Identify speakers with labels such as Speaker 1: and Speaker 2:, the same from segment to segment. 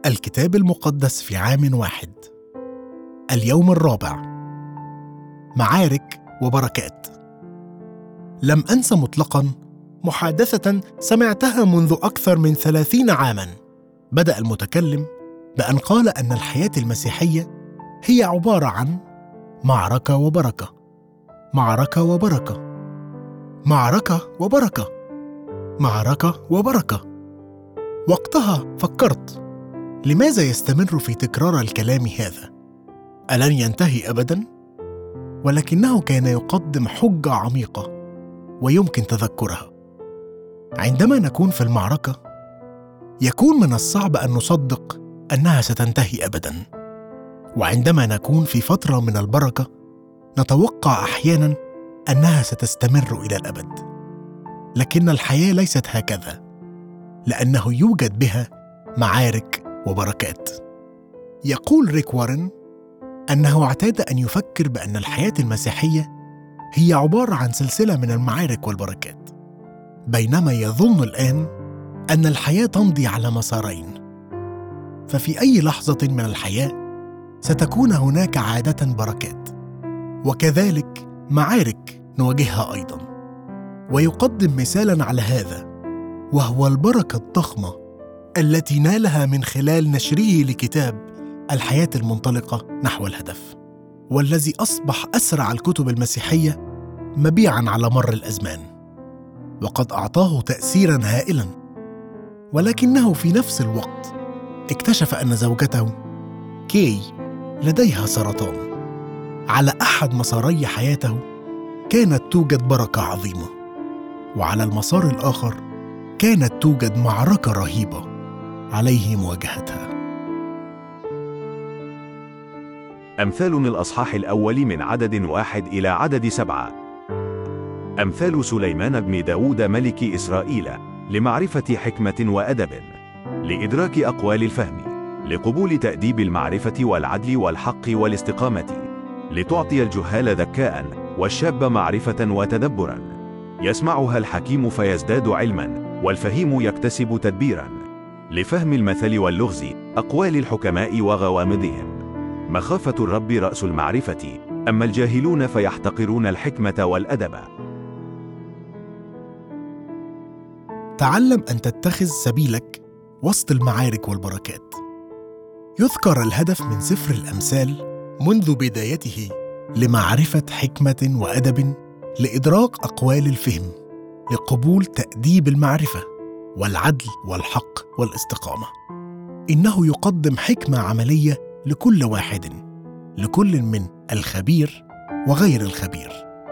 Speaker 1: الكتاب المقدس في عام واحد. اليوم الرابع. معارك وبركات. لم أنس مطلقاً محادثة سمعتها منذ أكثر من 30 عاماً. بدأ المتكلم بأن قال أن الحياة المسيحية هي عبارة عن معركة وبركة، معركة وبركة، معركة وبركة، معركة وبركة. وقتها فكرت: لماذا يستمر في تكرار الكلام هذا؟ ألن ينتهي أبداً؟ ولكنه كان يقدم حجة عميقة ويمكن تذكرها. عندما نكون في المعركة يكون من الصعب أن نصدق أنها ستنتهي أبداً، وعندما نكون في فترة من البركة نتوقع أحياناً أنها ستستمر إلى الأبد. لكن الحياة ليست هكذا، لأنه يوجد بها معارك وبركات. يقول ريك وارن أنه اعتاد أن يفكر بأن الحياة المسيحية هي عبارة عن سلسلة من المعارك والبركات، بينما يظن الآن أن الحياة تمضي على مسارين. ففي أي لحظة من الحياة ستكون هناك عادة بركات، وكذلك معارك نواجهها أيضاً. ويقدم مثالاً على هذا، وهو البركة الضخمة التي نالها من خلال نشره لكتاب الحياة المنطلقة نحو الهدف، والذي أصبح أسرع الكتب المسيحية مبيعاً على مر الأزمان، وقد أعطاه تأثيراً هائلاً. ولكنه في نفس الوقت اكتشف أن زوجته كي لديها سرطان. على أحد مساري حياته كانت توجد بركة عظيمة، وعلى المسار الآخر كانت توجد معركة رهيبة عليه مواجهتها.
Speaker 2: أمثال الأصحاح الأول من عدد 1 إلى عدد 7. أمثال سليمان بن داود ملك إسرائيل لمعرفة حكمة وأدب، لإدراك أقوال الفهم، لقبول تأديب المعرفة والعدل والحق والاستقامة، لتعطي الجهال ذكاء والشاب معرفة وتدبرا. يسمعها الحكيم فيزداد علما، والفهيم يكتسب تدبيرا، لفهم المثل واللغز، أقوال الحكماء وغوامضهم. مخافة الرب رأس المعرفة، أما الجاهلون فيحتقرون الحكمة والأدب.
Speaker 1: تعلم أن تتخذ سبيلك وسط المعارك والبركات. يذكر الهدف من سفر الأمثال منذ بدايته لمعرفة حكمة وأدب، لإدراك أقوال الفهم، لقبول تأديب المعرفة والعدل والحق والاستقامة. إنه يقدم حكمة عملية لكل واحد، لكل من الخبير وغير الخبير.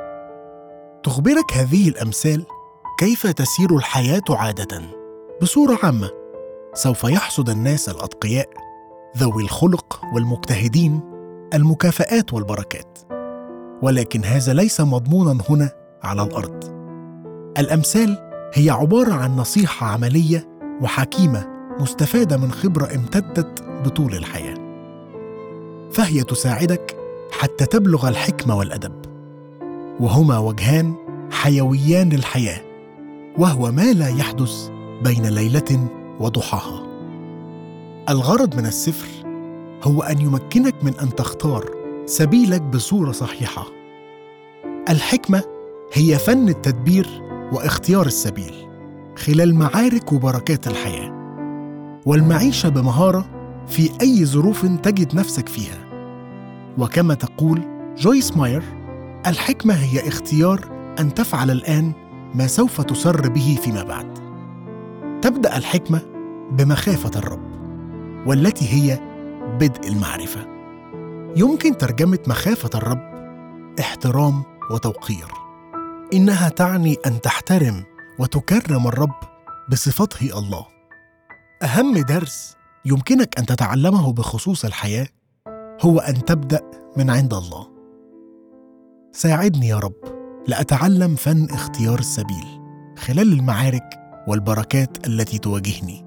Speaker 1: تخبرك هذه الأمثال كيف تسير الحياة عادة. بصورة عامة سوف يحصد الناس الأتقياء ذوي الخلق والمجتهدين المكافآت والبركات، ولكن هذا ليس مضمونا هنا على الأرض. الأمثال هي عبارة عن نصيحة عملية وحكيمة مستفادة من خبرة امتدت بطول الحياة، فهي تساعدك حتى تبلغ الحكمة والأدب، وهما وجهان حيويان للحياة، وهو ما لا يحدث بين ليلة وضحاها. الغرض من السفر هو أن يمكنك من أن تختار سبيلك بصورة صحيحة. الحكمة هي فن التدبير واختيار السبيل خلال معارك وبركات الحياة، والمعيشة بمهارة في أي ظروف تجد نفسك فيها. وكما تقول جويس ماير، الحكمة هي اختيار أن تفعل الآن ما سوف تسر به فيما بعد. تبدأ الحكمة بمخافة الرب، والتي هي بدء المعرفة. يمكن ترجمة مخافة الرب احترام وتوقير. إنها تعني أن تحترم وتكرم الرب بصفته الله. أهم درس يمكنك أن تتعلمه بخصوص الحياة هو أن تبدأ من عند الله. ساعدني يا رب لأتعلم فن اختيار السبيل خلال المعارك والبركات التي تواجهني.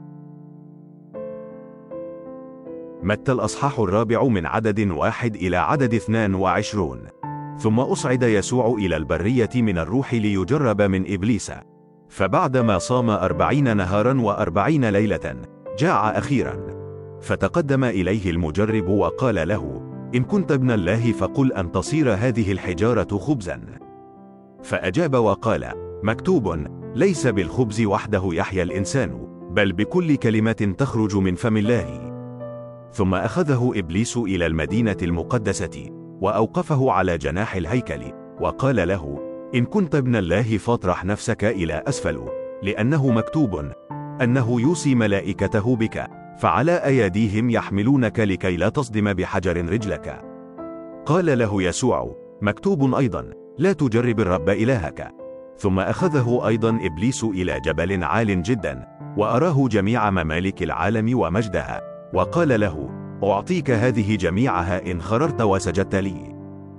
Speaker 2: متى الأصحاح الرابع من عدد 1 إلى عدد 22. ثم أصعد يسوع إلى البرية من الروح ليجرب من إبليس. فبعدما صام 40 نهارا و40 ليلة جاع أخيرا، فتقدم إليه المجرب وقال له: إن كنت ابن الله فقل أن تصير هذه الحجارة خبزا. فأجاب وقال: مكتوب: ليس بالخبز وحده يحيا الإنسان، بل بكل كلمة تخرج من فم الله. ثم أخذه إبليس إلى المدينة المقدسة، وأوقفه على جناح الهيكل، وقال له: إن كنت ابن الله فاطرح نفسك إلى أسفل، لأنه مكتوب: أنه يوصي ملائكته بك، فعلى أيديهم يحملونك لكي لا تصدم بحجر رجلك. قال له يسوع: مكتوب أيضا: لا تجرب الرب إلهك. ثم أخذه أيضا إبليس إلى جبل عال جدا، وأراه جميع ممالك العالم ومجدها، وقال له: أعطيك هذه جميعها إن خررت وسجدت لي.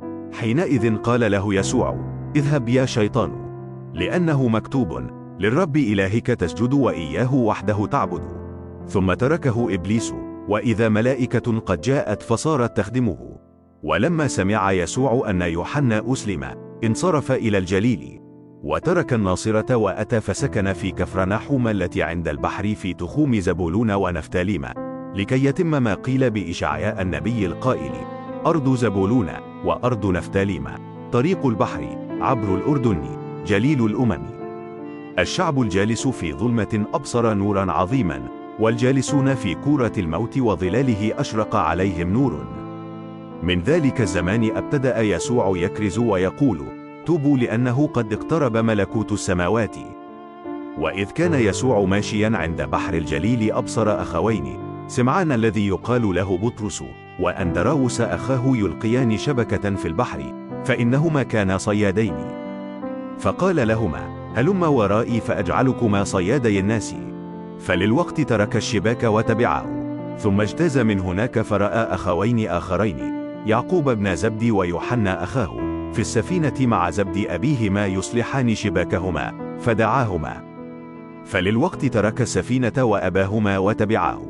Speaker 2: حينئذ قال له يسوع: اذهب يا شيطان، لأنه مكتوب: للرب إلهك تسجد وإياه وحده تعبد. ثم تركه إبليس، وإذا ملائكة قد جاءت فصارت تخدمه. ولما سمع يسوع أن يوحنا أسلم، انصرف إلى الجليل، وترك الناصرة وأتى فسكن في كفرناحوم التي عند البحر في تخوم زبولون ونفتاليم، لكي يتم ما قيل بإشعياء النبي القائل: أرض زبولون وأرض نفتاليم، طريق البحر، عبر الأردن، جليل الأمم. الشعب الجالس في ظلمة أبصر نورا عظيما، والجالسون في كورة الموت وظلاله أشرق عليهم نور. من ذلك الزمان ابتدأ يسوع يكرز ويقول: توبوا لأنه قد اقترب ملكوت السماوات. وإذ كان يسوع ماشيا عند بحر الجليل أبصر أخوين، سمعان الذي يقال له بطرس، وأندراوس أخاه يلقيان شبكة في البحر، فإنهما كانا صيادين. فقال لهما: هلما ورائي فأجعلكما صيادي الناس. فللوقت ترك الشباك وتبعه. ثم اجتاز من هناك فرأى أخوين آخرين، يعقوب بن زبدي ويوحنا أخاه، في السفينة مع زبدي أبيهما يصلحان شباكهما، فدعاهما. فللوقت ترك السفينة وأباهما وتبعاه.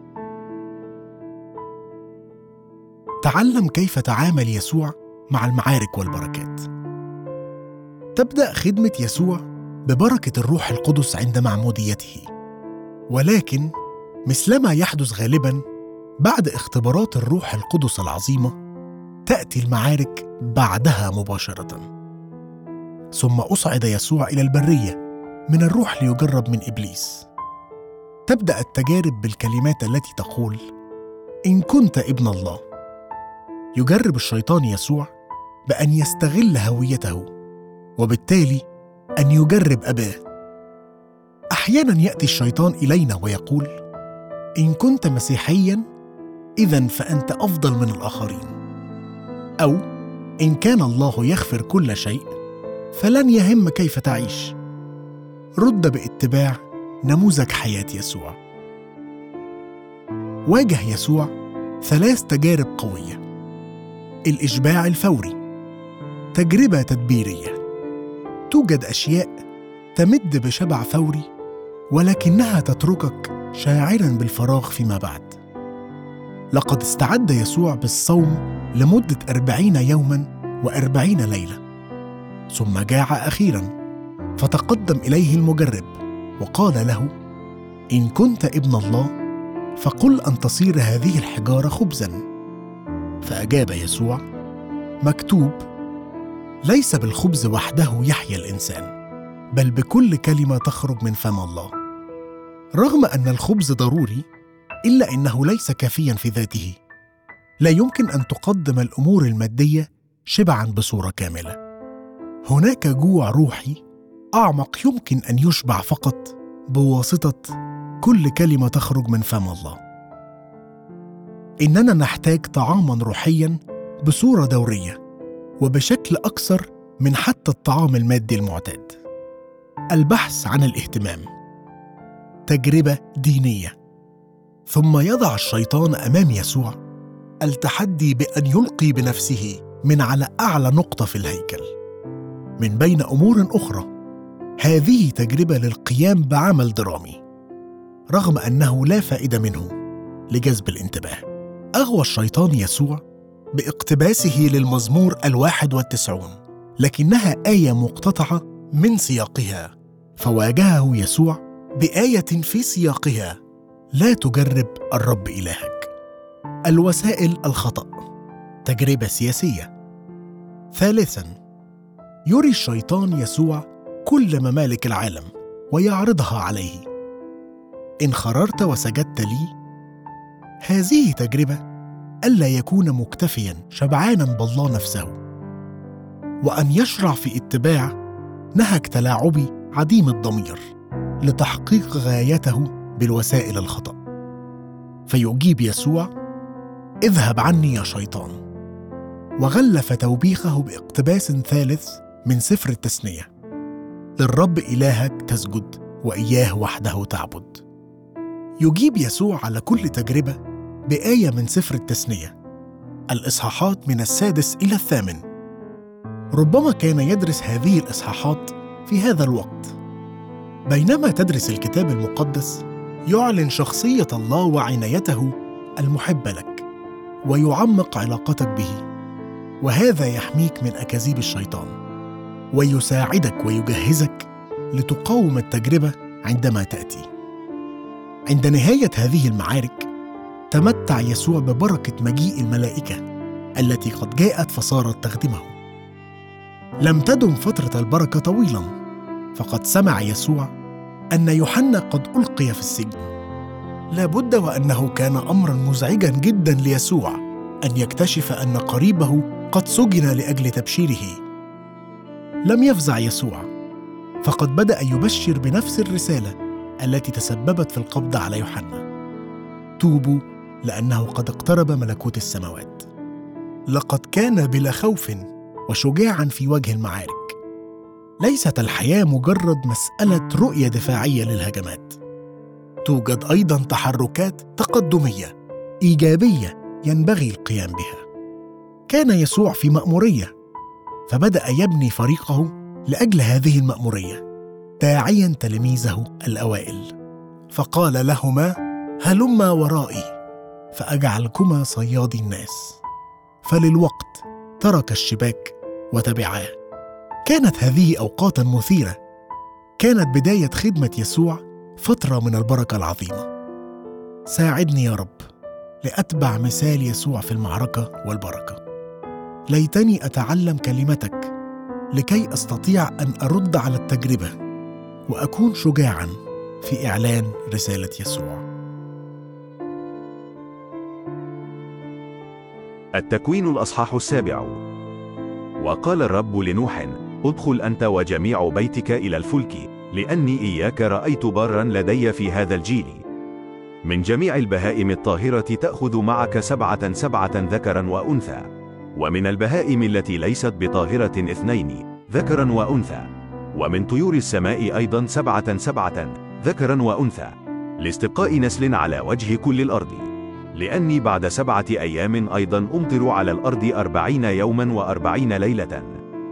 Speaker 1: تعلم كيف تعامل يسوع مع المعارك والبركات. تبدأ خدمة يسوع ببركة الروح القدس عند معموديته، ولكن مثلما يحدث غالباً بعد اختبارات الروح القدس العظيمة، تأتي المعارك بعدها مباشرة. ثم أصعد يسوع إلى البرية من الروح ليجرب من إبليس. تبدأ التجارب بالكلمات التي تقول: إن كنت ابن الله. يجرب الشيطان يسوع بأن يستغل هويته، وبالتالي أن يجرب أباه. أحياناً يأتي الشيطان إلينا ويقول: إن كنت مسيحياً إذن فأنت أفضل من الآخرين، أو إن كان الله يغفر كل شيء فلن يهم كيف تعيش. رد باتباع نموذج حياة يسوع. واجه يسوع 3 تجارب قوية: الإشباع الفوري، تجربة تدبيرية. توجد أشياء تمد بشبع فوري، ولكنها تتركك شاعراً بالفراغ فيما بعد. لقد استعد يسوع بالصوم لمدة 40 يوماً و40 ليلة، ثم جاع أخيراً، فتقدم إليه المجرب وقال له: إن كنت ابن الله فقل أن تصير هذه الحجارة خبزاً. فأجاب يسوع: مكتوب: ليس بالخبز وحده يحيا الإنسان، بل بكل كلمة تخرج من فم الله. رغم أن الخبز ضروري، إلا إنه ليس كافياً في ذاته. لا يمكن أن تقدم الأمور المادية شبعاً بصورة كاملة. هناك جوع روحي أعمق يمكن أن يشبع فقط بواسطة كل كلمة تخرج من فم الله. إننا نحتاج طعاماً روحياً بصورة دورية، وبشكل أكثر من حتى الطعام المادي المعتاد. البحث عن الاهتمام، تجربة دينية. ثم يضع الشيطان أمام يسوع التحدي بأن يلقي بنفسه من على أعلى نقطة في الهيكل من بين أمور أخرى. هذه تجربة للقيام بعمل درامي، رغم أنه لا فائدة منه لجذب الانتباه. أغوى الشيطان يسوع باقتباسه للمزمور 91، لكنها آية مقتطعة من سياقها، فواجهه يسوع بآية في سياقها لا تجرب الرب إلهك. الوسائل الخطأ، تجربة سياسية. ثالثاً، يري الشيطان يسوع كل ممالك العالم ويعرضها عليه. إن خررت وسجدت لي. هذه تجربة ألا يكون مكتفياً شبعاناً بالله نفسه، وأن يشرع في اتباع نهج تلاعبي عديم الضمير لتحقيق غايته بالوسائل الخطأ. فيجيب يسوع: اذهب عني يا شيطان. وغلف توبيخه باقتباس ثالث من سفر التثنية: للرب إلهك تسجد وإياه وحده تعبد. يجيب يسوع على كل تجربة بآية من سفر التثنية، الإصحاحات من 6 إلى 8. ربما كان يدرس هذه الإصحاحات في هذا الوقت. بينما تدرس الكتاب المقدس يعلن شخصية الله وعنايته المحبة لك، ويعمق علاقتك به، وهذا يحميك من أكاذيب الشيطان، ويساعدك ويجهزك لتقاوم التجربة عندما تأتي. عند نهاية هذه المعارك تمتع يسوع ببركة مجيء الملائكة التي قد جاءت فصارت تخدمه. لم تدم فترة البركة طويلاً، فقد سمع يسوع أن يوحنا قد ألقي في السجن. لابد وأنه كان أمراً مزعجاً جداً ليسوع أن يكتشف أن قريبه قد سجن لأجل تبشيره. لم يفزع يسوع، فقد بدأ يبشر بنفس الرسالة التي تسببت في القبض على يوحنا: توبوا لأنه قد اقترب ملكوت السماوات. لقد كان بلا خوف وشجاعاً في وجه المعارك. ليست الحياة مجرد مسألة رؤية دفاعية للهجمات، توجد أيضاً تحركات تقدمية إيجابية ينبغي القيام بها. كان يسوع في مأمورية، فبدأ يبني فريقه لأجل هذه المأمورية، داعياً تلاميذه الأوائل، فقال لهما: هلما ورائي فأجعلكما صيادي الناس. فللوقت ترك الشباك وتبعاه. كانت هذه أوقاتاً مثيرة. كانت بداية خدمة يسوع فترة من البركة العظيمة. ساعدني يا رب لأتبع مثال يسوع في المعركة والبركة. ليتني أتعلم كلمتك لكي أستطيع أن أرد على التجربة وأكون شجاعاً في إعلان رسالة يسوع.
Speaker 2: التكوين الأصحاح 7. وقال الرب لنوح: ادخل أنت وجميع بيتك إلى الفلك، لأني إياك رأيت بارا لدي في هذا الجيل. من جميع البهائم الطاهرة تأخذ معك 7 ذكرا وأنثى، ومن البهائم التي ليست بطاهرة 2 ذكرا وأنثى، ومن طيور السماء أيضا 7 ذكرا وأنثى، لاستبقاء نسل على وجه كل الأرض. لأني بعد 7 أيام أيضا أمطر على الأرض 40 يوما و40 ليلة،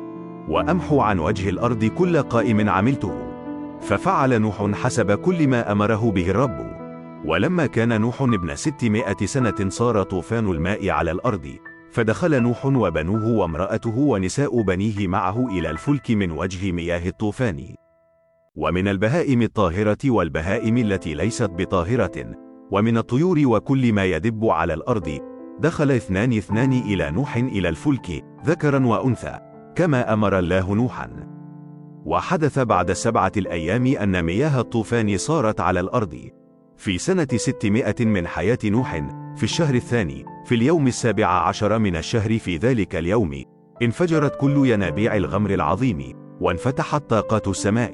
Speaker 2: وأمحو عن وجه الأرض كل قائم عملته. ففعل نوح حسب كل ما أمره به الرب. ولما كان نوح ابن 600 سنة صار طوفان الماء على الأرض، فدخل نوح وبنوه وامرأته ونساء بنيه معه إلى الفلك من وجه مياه الطوفان. ومن البهائم الطاهرة والبهائم التي ليست بطاهرة، ومن الطيور وكل ما يدب على الأرض، دخل 2 إلى نوح إلى الفلك ذكرا وأنثى، كما أمر الله نوحا. وحدث بعد 7 الأيام أن مياه الطوفان صارت على الأرض. في سنة 600 من حياة نوح، في الشهر 2 في اليوم 17 من الشهر، في ذلك اليوم انفجرت كل ينابيع الغمر العظيم، وانفتحت طاقات السماء.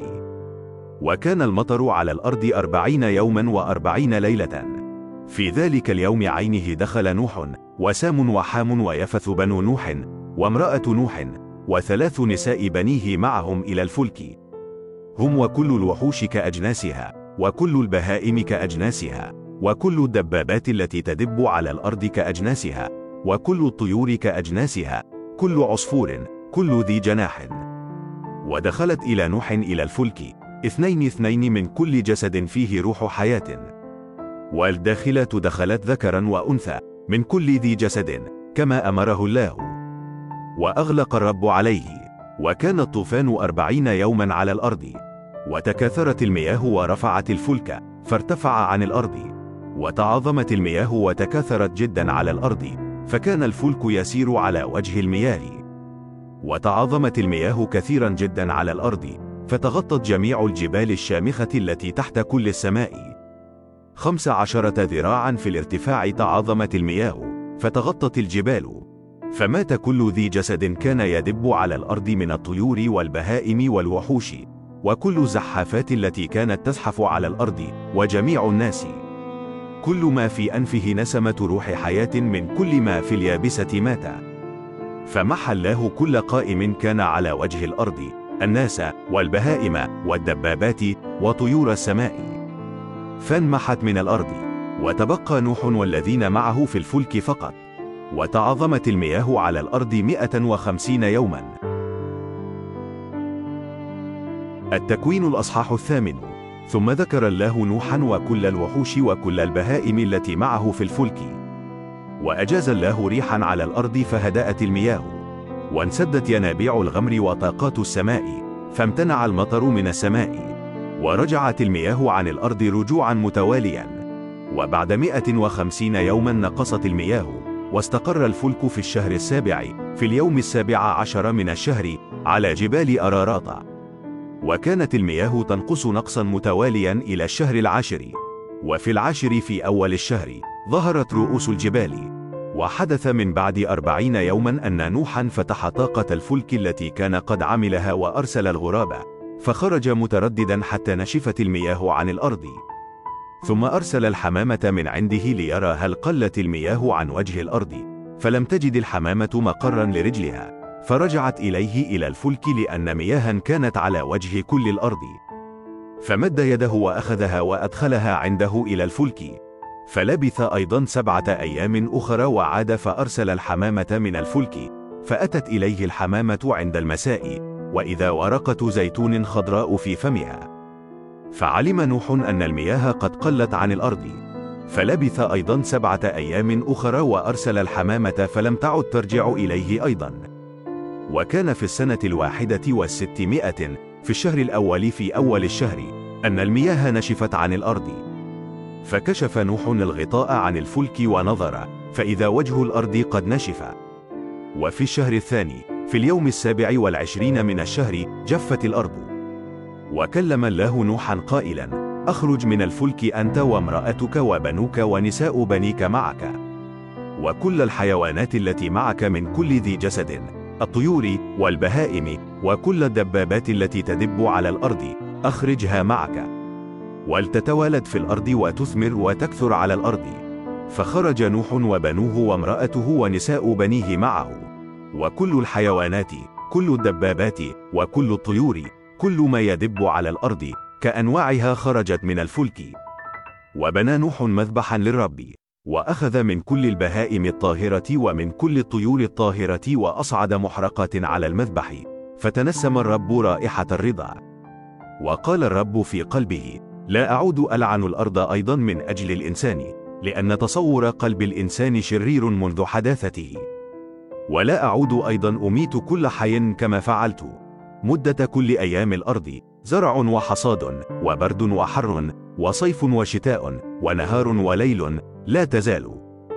Speaker 2: وكان المطر على الأرض 40 يوما و40 ليلة. في ذلك اليوم عينه دخل نوح وسام وحام ويفث بنو نوح وامرأة نوح و3 نساء بنيه معهم إلى الفلك، هم وكل الوحوش كأجناسها، وكل البهائم كأجناسها، وكل الدبابات التي تدب على الأرض كأجناسها، وكل الطيور كأجناسها، كل عصفور، كل ذي جناح. ودخلت إلى نوح إلى الفلك 2 من كل جسد فيه روح حياة. والداخلة دخلت ذكرا وأنثى من كل ذي جسد، كما أمره الله. وأغلق الرب عليه. وكان الطوفان 40 يوما على الأرض. وتكاثرت المياه ورفعت الفلك، فارتفع عن الأرض. وتعاظمت المياه وتكاثرت جدا على الأرض، فكان الفلك يسير على وجه المياه. وتعاظمت المياه كثيرا جدا على الأرض، فتغطت جميع الجبال الشامخة التي تحت كل السماء. 15 ذراعا في الارتفاع تعاظمت المياه، فتغطت الجبال، فمات كل ذي جسد كان يدب على الأرض من الطيور والبهائم والوحوش، وكل الزحافات التي كانت تزحف على الأرض، وجميع الناس. كل ما في أنفه نسمة روح حياة من كل ما في اليابسة مات. فمحى الله كل قائم كان على وجه الأرض، الناس والبهائم والدبابات وطيور السماء، فانمحت من الأرض، وتبقى نوح والذين معه في الفلك فقط. وتعاظمت المياه على الأرض 150 يوما. التكوين الأصحاح 8. ثم ذكر الله نوحا وكل الوحوش وكل البهائم التي معه في الفلك. وأجاز الله ريحا على الأرض فهدأت المياه، وانسدت ينابيع الغمر وطاقات السماء، فامتنع المطر من السماء، ورجعت المياه عن الأرض رجوعا متواليا. وبعد 150 يوما نقصت المياه، واستقر الفلك في الشهر السابع في اليوم 17 من الشهر على جبال أرارات. وكانت المياه تنقص نقصا متواليا إلى الشهر العاشر، وفي العاشر في أول الشهر ظهرت رؤوس الجبال. وحدث من بعد 40 يوما أن نوحا فتح طاقة الفلك التي كان قد عملها وأرسل الغراب، فخرج مترددا حتى نشفت المياه عن الأرض. ثم أرسل الحمامة من عنده ليرى هل قلت المياه عن وجه الأرض، فلم تجد الحمامة مقرا لرجلها، فرجعت إليه إلى الفلك لأن مياها كانت على وجه كل الأرض. فمد يده وأخذها وأدخلها عنده إلى الفلك، فلبث أيضا 7 أيام أخرى وعاد فأرسل الحمامة من الفلك، فأتت إليه الحمامة عند المساء، وإذا ورقة زيتون خضراء في فمها. فعلم نوح أن المياه قد قلت عن الأرض، فلبث أيضا 7 أيام أخرى وأرسل الحمامة فلم تعد ترجع إليه أيضا. وكان في السنة 61 في الشهر الأول في أول الشهر أن المياه نشفت عن الأرض. فكشف نوح الغطاء عن الفلك ونظر، فإذا وجه الأرض قد نشف. وفي الشهر الثاني في اليوم 27 من الشهر جفت الأرض. وكلم الله نوحا قائلا: أخرج من الفلك أنت وامرأتك وبنوك ونساء بنيك معك، وكل الحيوانات التي معك من كل ذي جسد، الطيور والبهائم وكل الدبابات التي تدب على الأرض، أخرجها معك، ولتتوالد في الأرض وتثمر وتكثر على الأرض. فخرج نوح وبنوه وامرأته ونساء بنيه معه، وكل الحيوانات، كل الدبابات وكل الطيور، كل ما يدب على الأرض كأنواعها خرجت من الفلك. وبنى نوح مذبحا للرب، وأخذ من كل البهائم الطاهرة ومن كل الطيور الطاهرة وأصعد محرقة على المذبح، فتنسم الرب رائحة الرضا. وقال الرب في قلبه: لا أعود ألعن الأرض أيضا من أجل الإنسان، لأن تصور قلب الإنسان شرير منذ حداثته. ولا أعود أيضا أميت كل حي كما فعلت مدة كل أيام الأرض، زرع وحصاد وبرد وحر وصيف وشتاء ونهار وليل لا تزال.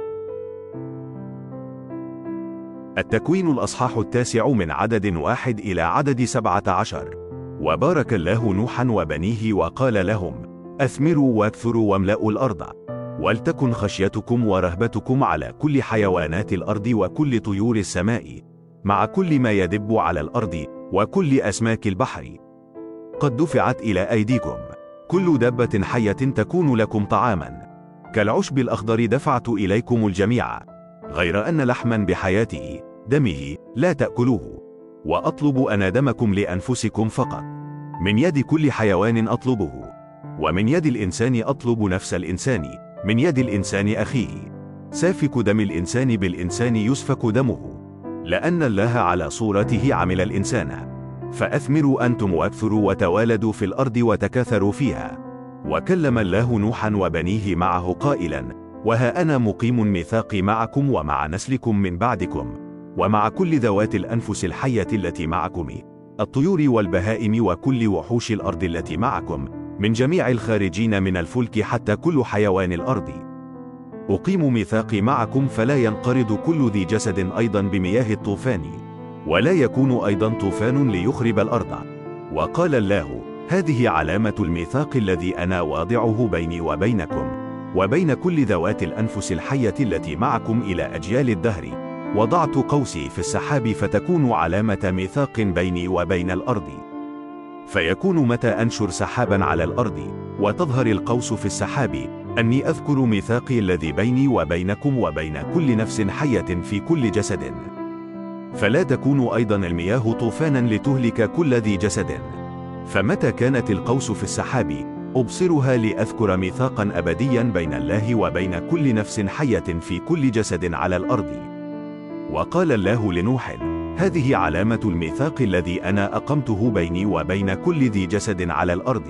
Speaker 2: التكوين الأصحاح 9 من عدد 1 إلى عدد 17. وبارك الله نوحا وبنيه وقال لهم: أثمروا واكثروا واملأوا الأرض، ولتكن خشيتكم ورهبتكم على كل حيوانات الأرض وكل طيور السماء، مع كل ما يدب على الأرض وكل أسماك البحر. قد دفعت إلى أيديكم كل دابة حية تكون لكم طعاما، كالعشب الأخضر دفعت إليكم الجميع، غير أن لحما بحياته دمه لا تأكلوه. وأطلب أنا دمكم لأنفسكم فقط، من يد كل حيوان أطلبه، ومن يد الإنسان أطلب نفس الإنسان، من يد الإنسان أخيه. سافك دم الإنسان بالإنسان يسفك دمه، لأن الله على صورته عمل الإنسان. فأثمروا أنتم واكثروا وتوالدوا في الأرض وتكاثروا فيها. وكلم الله نوحا وبنيه معه قائلا: وها أنا مقيم ميثاقي معكم ومع نسلكم من بعدكم، ومع كل ذوات الأنفس الحية التي معكم، الطيور والبهائم وكل وحوش الأرض التي معكم، من جميع الخارجين من الفلك حتى كل حيوان الأرض. أقيم ميثاقي معكم فلا ينقرض كل ذي جسد أيضا بمياه الطوفان، ولا يكون أيضا طوفان ليخرب الأرض. وقال الله: هذه علامة الميثاق الذي أنا واضعه بيني وبينكم وبين كل ذوات الأنفس الحية التي معكم إلى أجيال الدهر. وضعت قوسي في السحاب فتكون علامة ميثاق بيني وبين الأرض. فيكون متى أنشر سحابا على الأرض وتظهر القوس في السحاب أني أذكر ميثاقي الذي بيني وبينكم وبين كل نفس حية في كل جسد. فلا تكون أيضا المياه طوفانا لتهلك كل ذي جسد. فمتى كانت القوس في السحاب أبصرها لأذكر ميثاقا أبديا بين الله وبين كل نفس حية في كل جسد على الأرض. وقال الله لنوح: هذه علامة الميثاق الذي أنا أقمته بيني وبين كل ذي جسد على الأرض.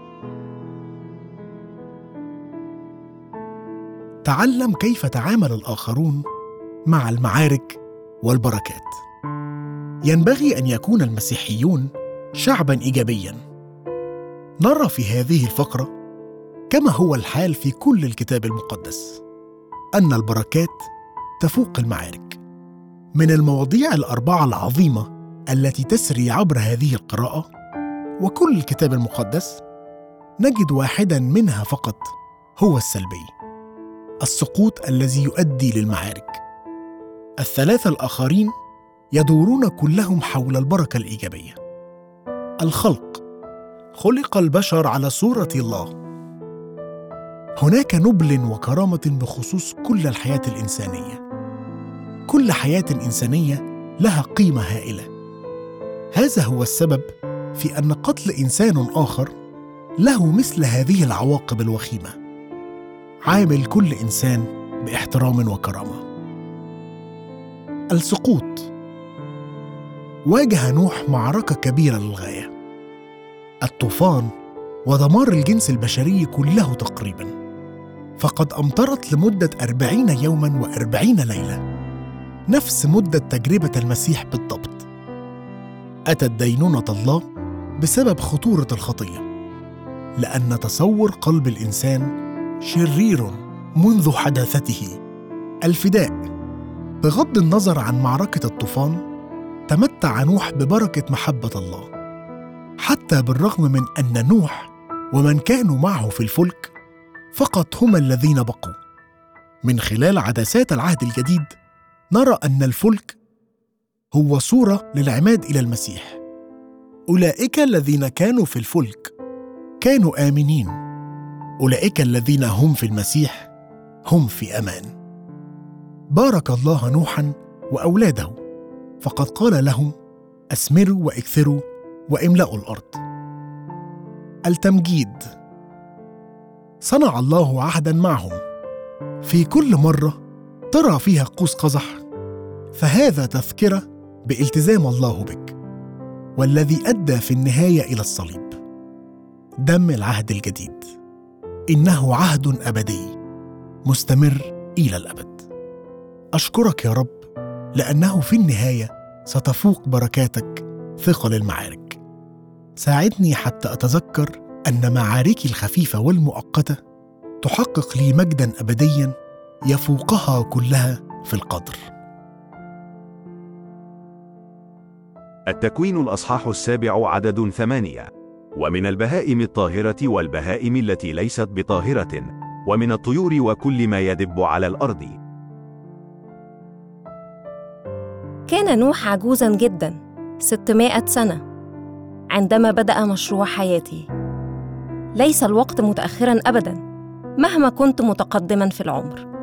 Speaker 1: تعلم كيف تعامل الآخرون مع المعارك والبركات. ينبغي أن يكون المسيحيون شعباً إيجابياً. نرى في هذه الفقرة، كما هو الحال في كل الكتاب المقدس، أن البركات تفوق المعارك. من المواضيع الأربعة العظيمة التي تسري عبر هذه القراءة وكل الكتاب المقدس، نجد واحداً منها فقط هو السلبي، السقوط الذي يؤدي للمعارك. الثلاثة الآخرين يدورون كلهم حول البركة الإيجابية. الخلق: خلق البشر على صورة الله. هناك نبل وكرامة بخصوص كل الحياة الإنسانية. كل حياة إنسانية لها قيمة هائلة. هذا هو السبب في أن قتل إنسان آخر له مثل هذه العواقب الوخيمة. عامل كل إنسان باحترام وكرامة. السقوط: واجه نوح معركة كبيرة للغاية. الطوفان ودمار الجنس البشري كله تقريبا، فقد أمطرت لمدة 40 يوما و40 ليلة، نفس مدة تجربة المسيح بالضبط. أتت دينونة الله بسبب خطورة الخطية، لأن تصور قلب الإنسان شرير منذ حداثته. الفداء: بغض النظر عن معركة الطوفان، تمتع نوح ببركة محبة الله، حتى بالرغم من أن نوح ومن كانوا معه في الفلك فقط هم الذين بقوا. من خلال عدسات العهد الجديد نرى أن الفلك هو صورة للعماد إلى المسيح. أولئك الذين كانوا في الفلك كانوا آمنين. أولئك الذين هم في المسيح هم في أمان. بارك الله نوحا وأولاده، فقد قال لهم: أثمروا واكثروا واملأوا الأرض. التمجيد: صنع الله عهدا معهم. في كل مرة ترى فيها قوس قزح، فهذا تذكرة بالتزام الله بك، والذي أدى في النهاية إلى الصليب. دم العهد الجديد: إنه عهد أبدي مستمر إلى الأبد. أشكرك يا رب، لأنه في النهاية ستفوق بركاتك ثقل المعارك. ساعدني حتى أتذكر أن معاركي الخفيفة والمؤقتة تحقق لي مجداً أبدياً يفوقها كلها في القدر.
Speaker 2: التكوين الأصحاح 7 عدد 8: ومن البهائم الطاهرة والبهائم التي ليست بطاهرة، ومن الطيور وكل ما يدب على الأرض.
Speaker 3: كان نوح عجوزاً جداً 600 سنة عندما بدأ مشروع حياته. ليس الوقت متأخراً أبداً مهما كنت متقدماً في العمر.